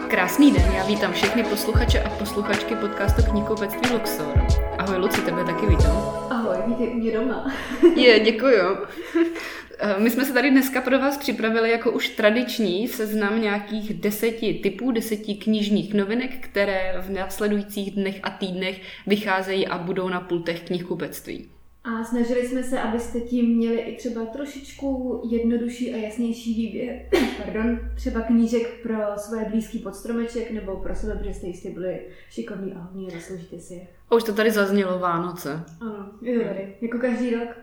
Krásný den, já vítám všechny posluchače a posluchačky podcastu Knihkupectví Luxor. Ahoj Luci, tebe taky vítám. Ahoj, vítej u mě doma. Děkuju. My jsme se tady dneska pro vás připravili jako už tradiční seznam nějakých 10 typů, 10 knižních novinek, které v následujících dnech a týdnech vycházejí a budou na pultech knihkupectví. A snažili jsme se, abyste tím měli i třeba trošičku jednodušší a jasnější výběr. Třeba knížek pro svoje blízký podstromeček nebo pro sebe, protože jste jistě byli šikovní a hodně zasloužíte si je. A už to tady zaznělo Vánoce. Ano, je to tady. Jako každý rok?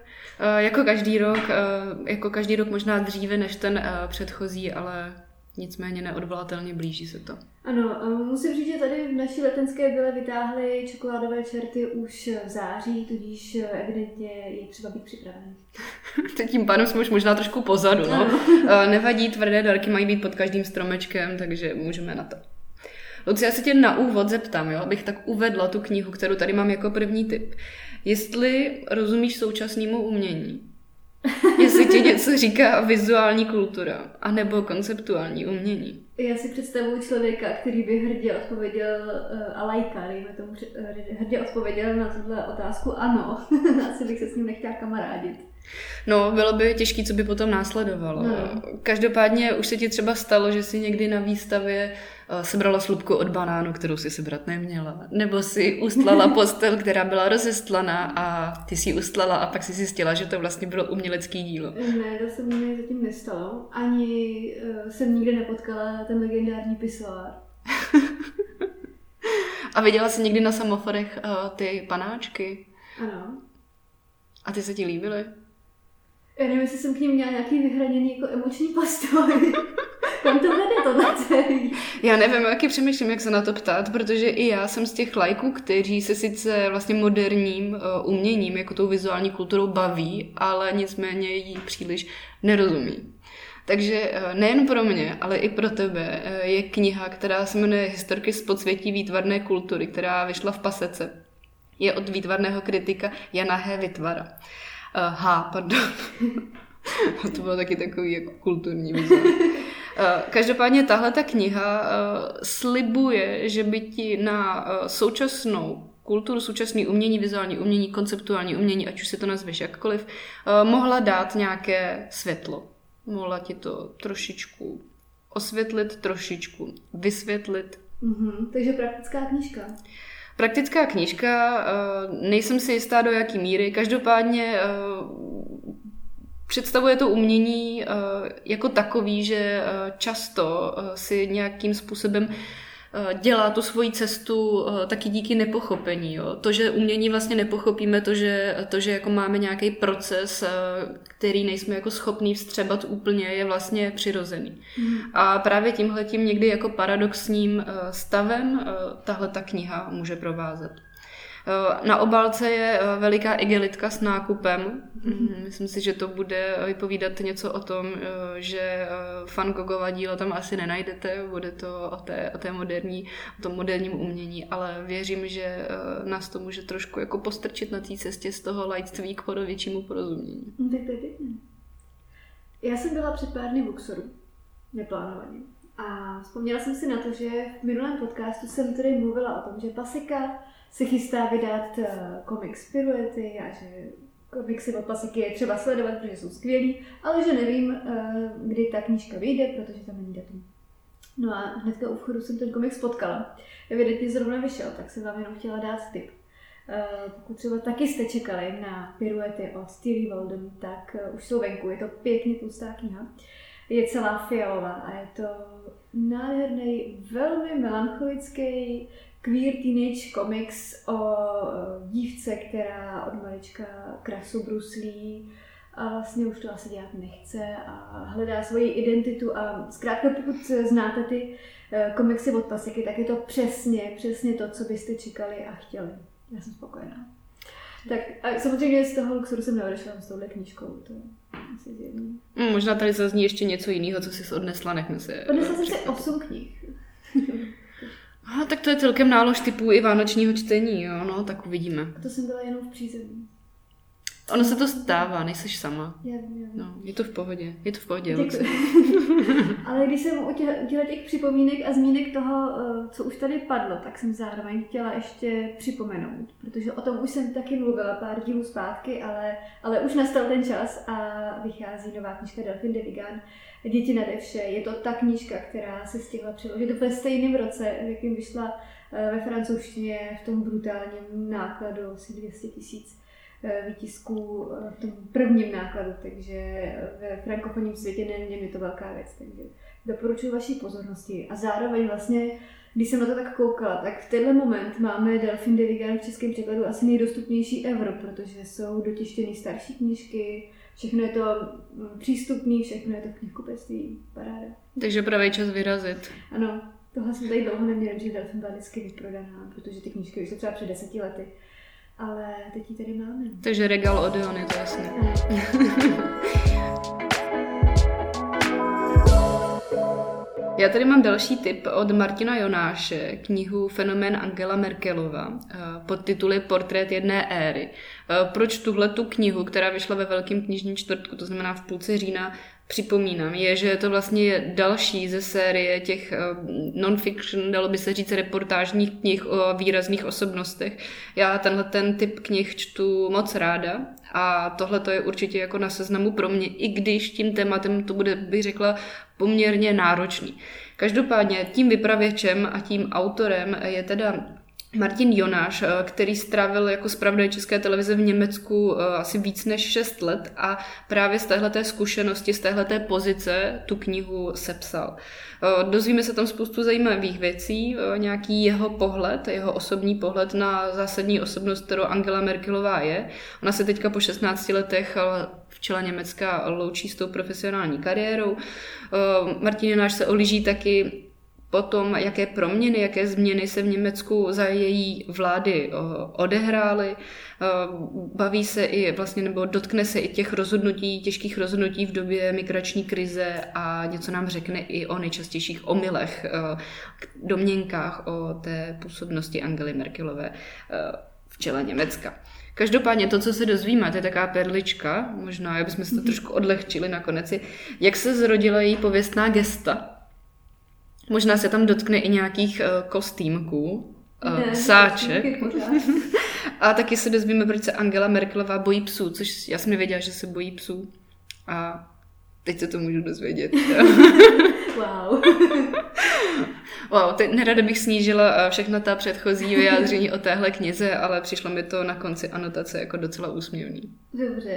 Jako každý rok možná dříve než ten předchozí, ale nicméně neodvolatelně blíží se to. Ano, musím říct, že tady v naší letenské byle vytáhli čokoládové čerty už v září, tudíž evidentně je třeba být připravený. Tím pádem jsme už možná trošku pozadu, no. Nevadí, tvrdé dárky mají být pod každým stromečkem, takže můžeme na to. Luci, já se tě na úvod zeptám, jo, abych tak uvedla tu knihu, kterou tady mám jako první tip. Jestli rozumíš současnému umění, jestli ti něco říká vizuální kultura, anebo konceptuální umění. Já si představuji člověka, který by hrdě odpověděl, a lajka, dejme tomu, hrdě odpověděl na tuhle otázku ano. Asi bych se s ním nechtěla kamarádit. No, bylo by těžké, co by potom následovalo. No. Každopádně už se ti třeba stalo, že si někdy na výstavě sebrala slupku od banánu, kterou si sebrat neměla. Nebo si ustlala postel, která byla rozestlaná a ty si ji ustlala a pak si zjistila, že to vlastně bylo umělecký dílo. Ne, to se mi zatím nestalo. Ani jsem nikdy nepotkala ten legendární pisoár. A viděla jsi někdy na semaforech ty panáčky? Ano. A ty se ti líbily? Já nevím, jestli jsem k ním měla nějaký vyhraněný jako emoční postoj. Kam to vede tohle celý? Já nevím, jaký přemýšlím, jak se na to ptát, protože i já jsem z těch lajků, kteří se sice vlastně moderním uměním, jako tou vizuální kulturou baví, ale nicméně jí příliš nerozumí. Takže nejen pro mě, ale i pro tebe je kniha, která se jmenuje Historky z podsvětí výtvarné kultury, která vyšla v Pasece. Je od výtvarného kritika Jana H. Vitvara. To bylo taky takový jako kulturní vizuál. Každopádně tahle ta kniha slibuje, že by ti na současnou kulturu, současné umění, vizuální umění, konceptuální umění, ať už se to nazveš jakkoliv, mohla dát nějaké světlo. Mohla ti to trošičku osvětlit, trošičku vysvětlit. Takže praktická knížka. Praktická knížka, nejsem si jistá, do jaký míry. Každopádně představuje to umění jako takový, že často si nějakým způsobem dělá tu svoji cestu taky díky nepochopení. Jo. To, že umění vlastně nepochopíme, to, že jako máme nějaký proces, který nejsme jako schopní vstřebat úplně, je vlastně přirozený. A právě tímhletím někdy jako paradoxním stavem tahle ta kniha může provázet. Na obálce je veliká igelitka s nákupem. Myslím si, že to bude vypovídat něco o tom, že Van Gogova díla tam asi nenajdete, bude to o tom moderním umění, ale věřím, že nás to může trošku jako postrčit na té cestě z toho laictví k většímu porozumění. Tak to je pěkné. Já jsem byla před pár dny v Luxoru, neplánovaně. A vzpomněla jsem si na to, že v minulém podcastu jsem tady mluvila o tom, že Paseka se chystá vydat komiks Piruety a že komiksy od Paseky je třeba sledovat, protože jsou skvělý, ale že nevím, kdy ta knížka vyjde, protože tam není datum. No a hnedka u vchodu jsem ten komiks potkala. Evidentně zrovna vyšel, tak jsem vám jenom chtěla dát tip. Pokud třeba taky jste čekali na Piruety od Tilly Walden, tak už jsou venku, je to pěkně tlustá kniha. Je celá fialová a je to nádherný, velmi melancholický queer teenage komiks o dívce, která od malička krasu bruslí a vlastně už to asi dělat nechce a hledá svoji identitu a zkrátka pokud znáte ty komiksy od Paseky, tak je to přesně to, co byste čekali a chtěli. Já jsem spokojená. Tak a samozřejmě z toho Luxoru jsem neodešla s touhle knížkou, to je asi zjevný. Možná tady zazní ještě něco jiného, co jsi odnesla, nechme se. Odnesla jsem si 8 knih. Tak to je celkem nálož typů i vánočního čtení, jo, no, tak uvidíme. A to jsem byla jenom v přízemí. Ono se to stává, nejseš sama. Já. No, je to v pohodě. Ale když jsem udělala těch připomínek a zmínek toho, co už tady padlo, tak jsem zároveň chtěla ještě připomenout, protože o tom už jsem taky mluvila pár dílů zpátky, ale už nastal ten čas a vychází nová knížka Delphine de Vigan, Děti nade vše. Je to ta knížka, která se stihla přeložit ve stejném roce, v jakým vyšla ve francouzštině v tom brutálním nákladu asi 200 000 výtisků v tom prvním nákladu, takže ve frankofonním světě není to velká věc, takže doporučuji vaší pozornosti. A zároveň vlastně, když jsem na to tak koukala, tak v tenhle moment máme Delphine de Vigan v českém překladu asi nejdostupnější ever, protože jsou dotištěny starší knížky, všechno je to přístupné, všechno je to v knihkupectví, paráda. Takže pravý čas vyrazit. Ano, tohle jsme tady dlouho neměli, že Delphine byla vždycky vyprodaná, protože ty knížky už jsou třeba před 10 lety. Ale teď ji tady máme. Takže regál Odeon, je to jasné. Já tady mám další tip od Martina Jonáše, knihu Fenomén Angela Merkelova, podtituly Portrét jedné éry. Proč tuhletu knihu, která vyšla ve Velkém knižním čtvrtku, to znamená v půlce října, připomínám, je, že je to vlastně další ze série těch non-fiction, dalo by se říct, reportážních knih o výrazných osobnostech. Já ten typ knih čtu moc ráda a tohle to je určitě jako na seznamu pro mě, i když tím tématem to bude, bych řekla, poměrně náročný. Každopádně tím vypravěčem a tím autorem je teda Martin Jonáš, který strávil jako zpravodaj České televize v Německu asi víc než 6 let a právě z téhleté zkušenosti, z téhleté pozice tu knihu sepsal. Dozvíme se tam spoustu zajímavých věcí, nějaký jeho pohled, jeho osobní pohled na zásadní osobnost, kterou Angela Merkelová je. Ona se teďka po 16 letech v čele Německa loučí s tou profesionální kariérou. Martin Jonáš se ohlíží taky potom, jaké proměny, jaké změny se v Německu za její vlády odehrály. Baví se i vlastně, nebo dotkne se i těch těžkých rozhodnutí v době migrační krize a něco nám řekne i o nejčastějších omylech, domněnkách o té působnosti Angely Merkelové v čele Německa. Každopádně to, co se dozvíme, to je taková perlička, možná, abychom se to trošku odlehčili nakonec, jak se zrodila její pověstná gesta. Možná se tam dotkne i nějakých kostýmků, sáček. A taky se dozvíme, proč se Angela Merkelová bojí psů, což já jsem nevěděla, že se bojí psů. A teď se to můžu dozvědět. Wow, teď nerada bych snížila všechna ta předchozí vyjádření o téhle knize, ale přišlo mi to na konci anotace jako docela úsměvný. Dobře.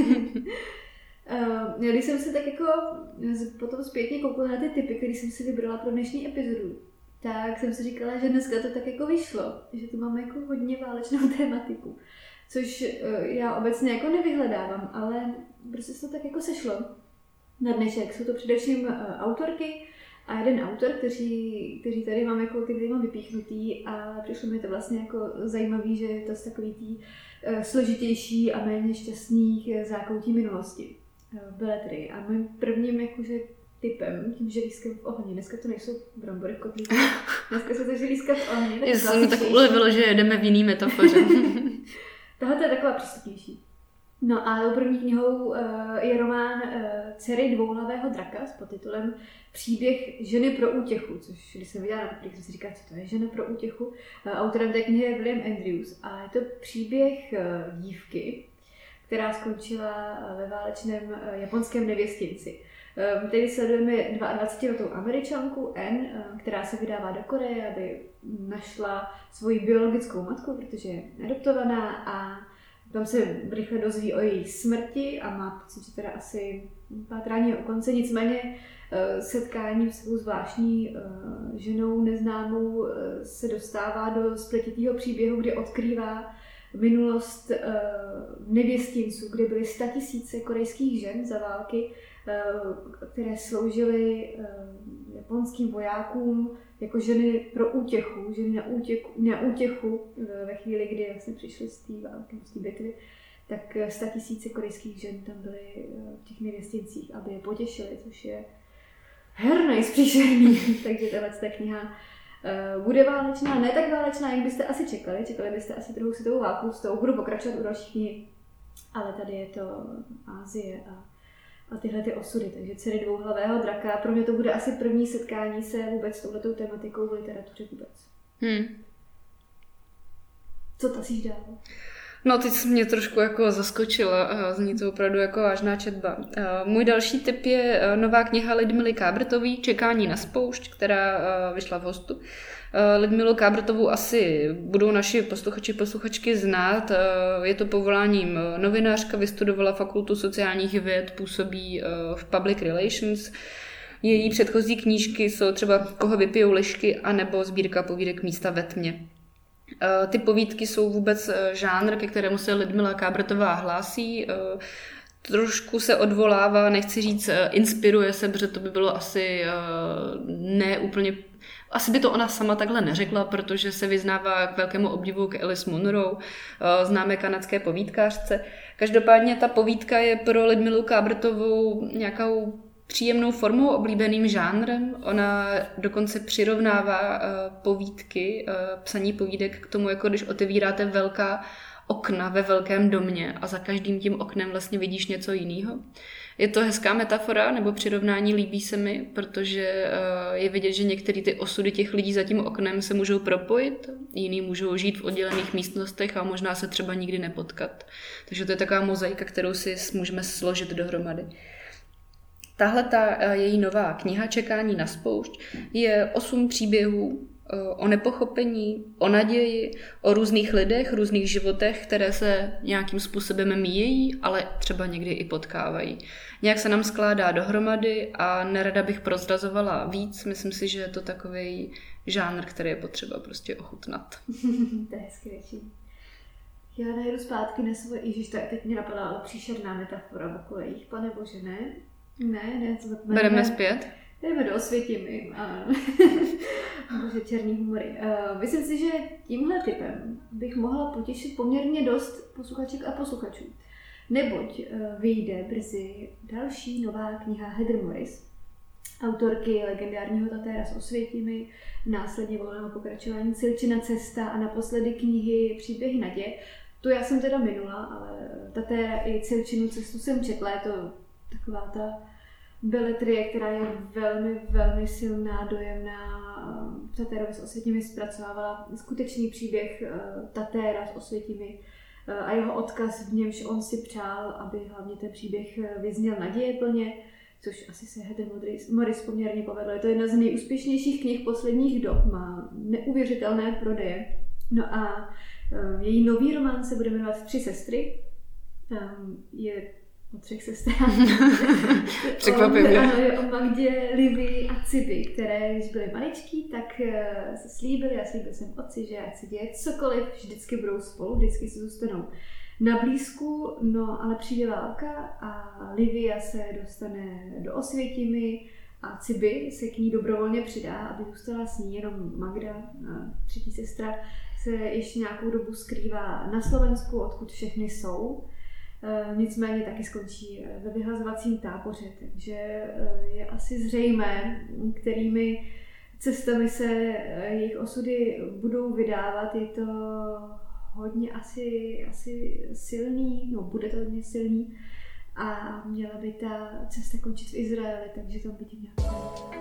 Když jsem se tak jako potom zpětně koukala na ty tipy, které jsem si vybrala pro dnešní epizodu, tak jsem si říkala, že dneska to tak jako vyšlo, že tu máme jako hodně válečnou tématiku, což já obecně jako nevyhledávám, ale prostě se to tak jako sešlo na dnešek. Jsou to především autorky a jeden autor, který tady mám vypíchnutý a přišlo mi to vlastně jako zajímavý, že je to z takový tý složitější a méně šťastných zákoutí minulosti. Beletry. A mým prvním jakože typem, tím želízkem v ohni, dneska to nejsou brambory v kotlíku, dneska se to želízka v ohni. Já jsem mi tak ulevilo, že jedeme v jiný metafoře. Tohle je taková přístupnější. No a první knihou je román Dcery dvouhlavého draka s podtitulem Příběh ženy pro útěchu, což když jsem viděla na papír, jsem si říkala, co to je žena pro útěchu. Autorem té knihy je William Andrews a je to příběh dívky, která skončila ve válečném japonském nevěstinci. Tady sledujeme 22letou Američanku Anne, která se vydává do Koreje, aby našla svoji biologickou matku, protože je adoptovaná a tam se rychle dozví o její smrti a má pocit, že teda asi pátrání je u konce. Nicméně setkáním s svou zvláštní ženou neznámou se dostává do spletitého příběhu, kdy odkrývá minulost nevěstinců, kde byly 100 000 korejských žen za války, které sloužily japonským vojákům jako ženy pro útěchu, ženy na útěchu ve chvíli, kdy vlastně přišly z té války, z té bitvy, tak 100 000 korejských žen tam byly v těch nevěstincích, aby je potěšily, což je hernejs příšerný. Takže tahle kniha bude válečná, ne tak válečná, jak byste asi čekali. Čekali byste asi druhou světovou válku, s tou budu pokračovat u další knihy. ale tady je to Asie a tyhle ty osudy, takže Dcery dvouhlavého draka. Pro mě to bude asi první setkání se vůbec s touhletou tematikou v literatuře vůbec. Co tasíš dál? No, teď jsi mě trošku jako zaskočila, zní to opravdu jako vážná četba. Můj další tip je nová kniha Lidmily Kábrtový Čekání na spoušť, která vyšla v Hostu. Lidmilu Kábrtovou asi budou naši posluchačky znát. Je to povoláním novinářka, vystudovala Fakultu sociálních věd, působí v Public Relations. Její předchozí knížky jsou třeba Koho vypijou lišky anebo sbírka povídek Místa ve tmě. Ty povídky jsou vůbec žánr, ke kterému se Lidmila Kábrtová hlásí. Trošku se odvolává, nechci říct, inspiruje se, protože to by bylo asi ne úplně... Asi by to ona sama takhle neřekla, protože se vyznává k velkému obdivu k Alice Munro, známé kanadské povídkářce. Každopádně ta povídka je pro Lidmilu Kábrtovou nějakou příjemnou formou, oblíbeným žánrem. Ona dokonce přirovnává povídky, psaní povídek k tomu, jako když otevíráte velká okna ve velkém domě a za každým tím oknem vlastně vidíš něco jiného. Je to hezká metafora nebo přirovnání, líbí se mi, protože je vidět, že některé ty osudy těch lidí za tím oknem se můžou propojit, jiní můžou žít v oddělených místnostech a možná se třeba nikdy nepotkat. Takže to je taková mozaika, kterou si můžeme složit dohromady. Tahle ta její nová kniha Čekání na spoušť je 8 příběhů o nepochopení, o naději, o různých lidech, různých životech, které se nějakým způsobem míjejí, ale třeba někdy i potkávají. Nějak se nám skládá dohromady a nerada bych prozrazovala víc. Myslím si, že je to takový žánr, který je potřeba prostě ochutnat. To je hezky. Já najedu zpátky na svoje... Ježiš, teď mě napadla ale příšerná metafora v okolích. Pane bože, ne? Ne, co zapomeneme. Bereme zpět? Jdeme do Osvětimi. Bože, černý humory. Myslím si, že tímhle typem bych mohla potěšit poměrně dost posluchaček a posluchačů. Neboť vyjde brzy další nová kniha Heather Morris, autorky legendárního Tatéra s Osvětimi, následně volného pokračování Cilčina cesta a naposledy knihy Příběhy Nadě. To já jsem teda minula, ale Tatéra i Cilčinu cestu jsem četla, je to taková ta beletrie, která je velmi, velmi silná, dojemná. Tatérovi s Osvětimi zpracovávala skutečný příběh Tatéra s Osvětimi a jeho odkaz, v němž on si přál, aby hlavně ten příběh vyzněl nadějeplně, což asi se Heather Morris poměrně povedlo. Je to jedna z nejúspěšnějších knih posledních dob, má neuvěřitelné prodeje. No a její nový román se bude jmenovat 3 sestry. Je o 3 sestrách. Překvapivě. Ano, je o Magdě, Livy a Cibi, které když byly maličký, tak se slíbili, a slíbil jsem otci, že ať se děje cokoliv, vždycky budou spolu, vždycky si zůstanou na blízku, no ale přijde válka a Livia se dostane do Osvětimi a Cibi se k ní dobrovolně přidá, aby zůstala s ní, jenom Magda, třetí sestra, se ještě nějakou dobu skrývá na Slovensku, odkud všechny jsou. Nicméně taky skončí ve vyhlazovacím táboře, takže je asi zřejmé, kterými cestami se jejich osudy budou vydávat. Je to hodně asi silný, no bude to hodně silný a měla by ta cesta končit v Izraeli, takže tam vidím nějaké.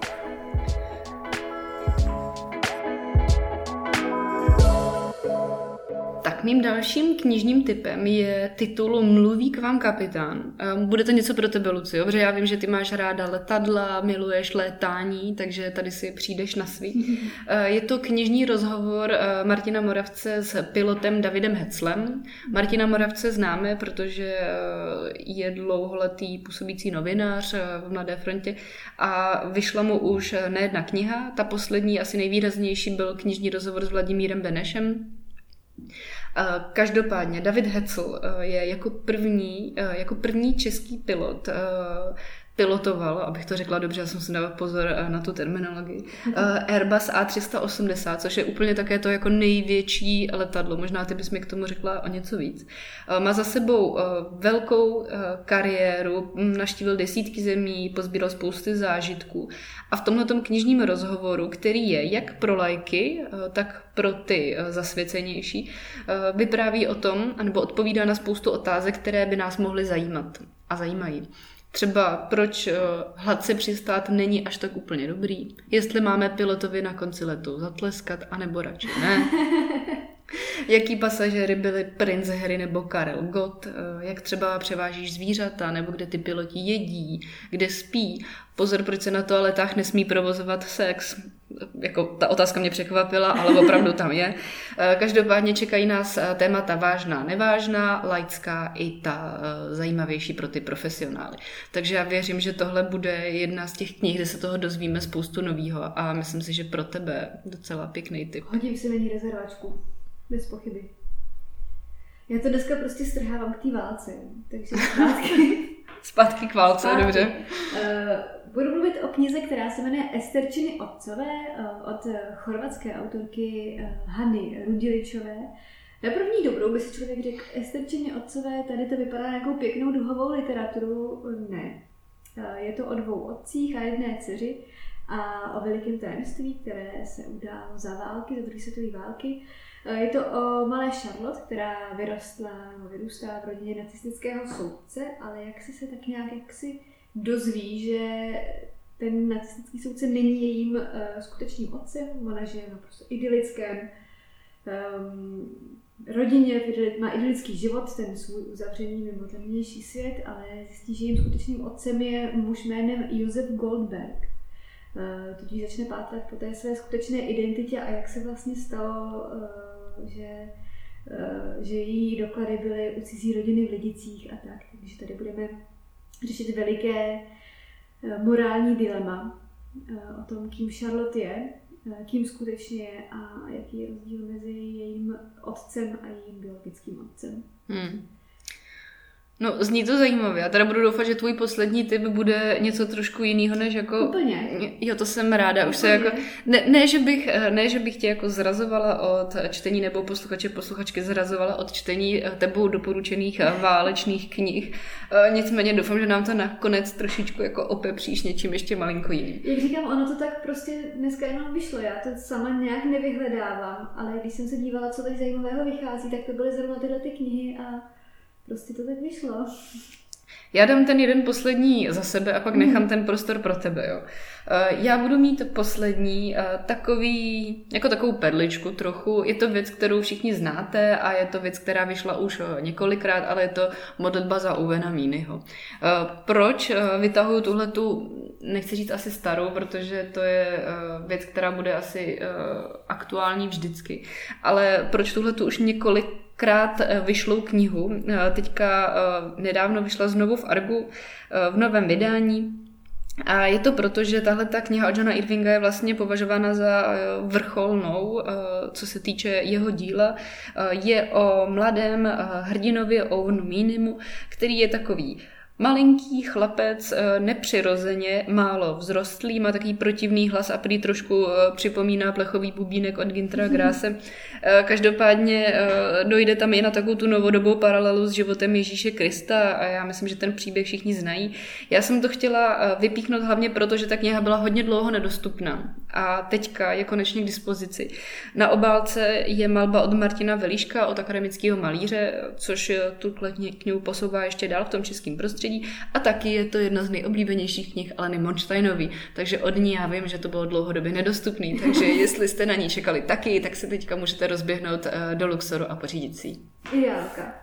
Tak mým dalším knižním tipem je titul Mluví k vám kapitán. Bude to něco pro tebe, Lucio, protože já vím, že ty máš ráda letadla, miluješ létání, takže tady si přijdeš na svý. Je to knižní rozhovor Martina Moravce s pilotem Davidem Heclem. Martina Moravce známe, protože je dlouholetý působící novinář v Mladé frontě a vyšla mu už nejedna kniha. Ta poslední, asi nejvýraznější, byl knižní rozhovor s Vladimírem Benešem. Každopádně David Hecl je jako první český pilot pilotoval, abych to řekla dobře, já jsem si dala pozor na tu terminologii, Airbus A380, což je úplně také to jako největší letadlo. Možná ty bys mi k tomu řekla o něco víc. Má za sebou velkou kariéru, navštívil desítky zemí, pozbíral spousty zážitků. A v tomhletom knižním rozhovoru, který je jak pro laiky, tak pro ty zasvěcenější, vypráví o tom, anebo odpovídá na spoustu otázek, které by nás mohly zajímat a zajímají. Třeba proč hladce přistát není až tak úplně dobrý, jestli máme pilotovi na konci letu zatleskat, anebo radši ne. Jaký pasažéry byli princ Harry nebo Karel Gott, jak třeba převážíš zvířata, nebo kde ty piloti jedí, kde spí. Pozor, proč se na toaletách nesmí provozovat sex. Jako, ta otázka mě překvapila, ale opravdu tam je. Každopádně čekají nás témata vážná, nevážná, laická i ta zajímavější pro ty profesionály. Takže já věřím, že tohle bude jedna z těch knih, kde se toho dozvíme spoustu novýho a myslím si, že pro tebe docela pěkný tip. Hodím si na ní rezervačku. Bez pochyby. Já to dneska prostě strhávám k té válce, takže Zpátky k válce, dobře. Budu mluvit o knize, která se jmenuje Esterčiny otcové od chorvatské autorky Hany Rudiličové. Na první dobrou by si člověk řekl, Esterčiny otcové, tady to vypadá na nějakou pěknou duhovou literaturu. Ne. Je to o 2 otcích a 1 dceři a o velikém tajemství, které se událo za války, za druhé světové války. Je to o malé Charlotte, která vyrůstá v rodině nacistického soudce, ale jak se tak nějak dozví, že ten nacistický soudce není jejím skutečným otcem, ona žije naprosto idylickém rodině, má idylický život, ten svůj uzavřený mimo ten vnější svět, ale zjistí, že jejím skutečným otcem je muž jménem Josef Goldberg. Tudíž začne pátrat po té své skutečné identitě a jak se vlastně stalo, že její doklady byly u cizí rodiny v Lidicích a tak. Takže tady budeme řešit veliké morální dilema o tom, kým Charlotte je, kým skutečně je a jaký je rozdíl mezi jejím otcem a jejím biologickým otcem. No, zní to zajímavě. Já teda budu doufat, že tvůj poslední tip bude něco trošku jiného, než jako... Úplně. Jo, to jsem ráda. Už se jako... Ne, že bych tě jako zrazovala od čtení nebo posluchačky zrazovala od čtení tebou doporučených válečných knih. Nicméně doufám, že nám to nakonec trošičku jako opepříš něčím ještě malinko jiným. Jak říkám, ono to tak prostě dneska jenom vyšlo. Já to sama nějak nevyhledávám, ale když jsem se dívala, co tady zajímavého vychází, tak to byly zrovna tyhle ty knihy a prostě to tak vyšlo. Já dám ten jeden poslední za sebe a pak nechám ten prostor pro tebe. Jo. Já budu mít poslední takovou perličku trochu. Je to věc, kterou všichni znáte a je to věc, která vyšla už několikrát, ale je to Modlitba za Ovena Meeneyho. Proč vytahuju tuhletu, nechci říct asi starou, protože to je věc, která bude asi aktuální vždycky, ale proč tuhletu už několikrát vyšlou knihu. Teďka nedávno vyšla znovu v Argu v novém vydání. A je to proto, že tahle ta kniha od Johna Irvinga je vlastně považována za vrcholnou, co se týče jeho díla. Je o mladém hrdinovi Ovenu Meeneymu, který je takový malinký chlapec, nepřirozeně málo vzrostlý, má takový protivný hlas a prý trošku připomíná plechový bubínek od Günthera Grasse. Každopádně dojde tam i na takovou tu novodobou paralelu s životem Ježíše Krista a já myslím, že ten příběh všichni znají. Já jsem to chtěla vypíchnout hlavně proto, že ta kniha byla hodně dlouho nedostupná a teďka je konečně k dispozici. Na obálce je malba od Martina Velíška, od akademického malíře, což tuhle knihu posouvá ještě dál v tom českém prostředí. A taky je to jedna z nejoblíbenějších knih Aleny Monštejnový, takže od ní já vím, že to bylo dlouhodobě nedostupný, takže jestli jste na ní čekali taky, tak se teďka můžete rozběhnout do Luxoru a pořídit si ji. Ideálka.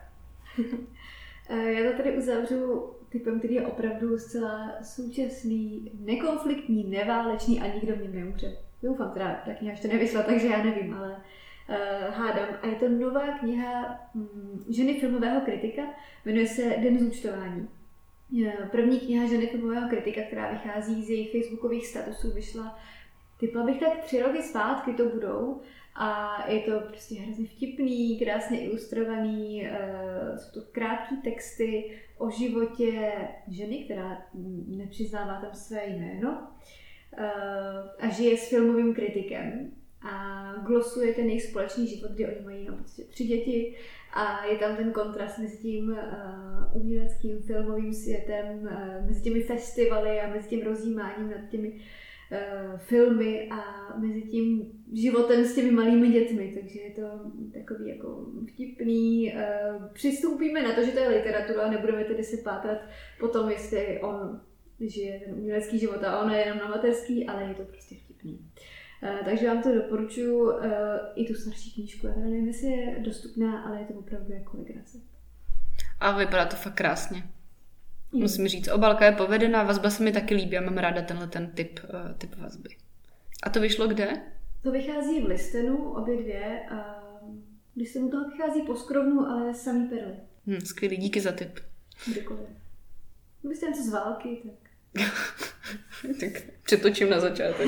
Já to tady uzavřu typem, který je opravdu zcela současný, nekonfliktní, neválečný a nikdo v něm neumře. Doufám, teda ta kniha ještě nevyšla, takže já nevím, ale hádám. A je to nová kniha ženy filmového kritika, jmenuje se Den zúčtování. První kniha ženy filmového kritika, která vychází z jejich facebookových statusů, vyšla Typla bych tak 3 roky zpátky to budou a je to prostě hrozně vtipný, krásně ilustrovaný, jsou to krátké texty o životě ženy, která nepřiznává tam své jméno a žije s filmovým kritikem a glosuje ten jejich společný život, kdy oni mají prostě 3 děti a je tam ten kontrast mezi tím uměleckým filmovým světem, mezi těmi festivaly a mezi tím rozjímáním nad těmi filmy a mezi tím životem s těmi malými dětmi, takže je to takový jako vtipný. Přistoupíme na to, že to je literatura a nebudeme tedy si pátrat po tom, jestli on žije ten umělecký život a ona je jenom amatérský, ale je to prostě vtipný. Takže vám to doporučuji, i tu starší knížku. Já nevím, jestli je dostupná, ale je to opravdu jako legrace. A vypadá to fakt krásně. Musím říct, obálka je povedená, vazba se mi taky líbí, já mám ráda tenhle ten typ vazby. A to vyšlo kde? To vychází v Listenu, obě dvě. V Listenu toho vychází po Skrovnu, ale samý perly. Skvělý, díky za tip. Kdykoliv. Kdybyste něco z války, tak... Tak přetočím na začátek.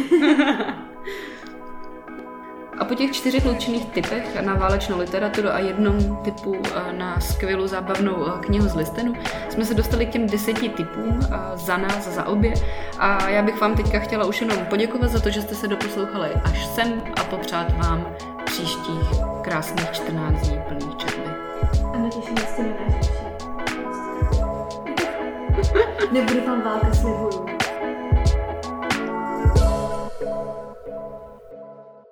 A po těch 4 klučných typech na válečnou literaturu a jednom typu na skvělou zábavnou knihu z Listenu jsme se dostali k těm 10 typům za nás, za obě. A já bych vám teďka chtěla už jenom poděkovat za to, že jste se doposlouchali až sem a popřát vám příštích krásných 14 dní plných četby. A natěším se na náš Nebudu vám válka, slibuju.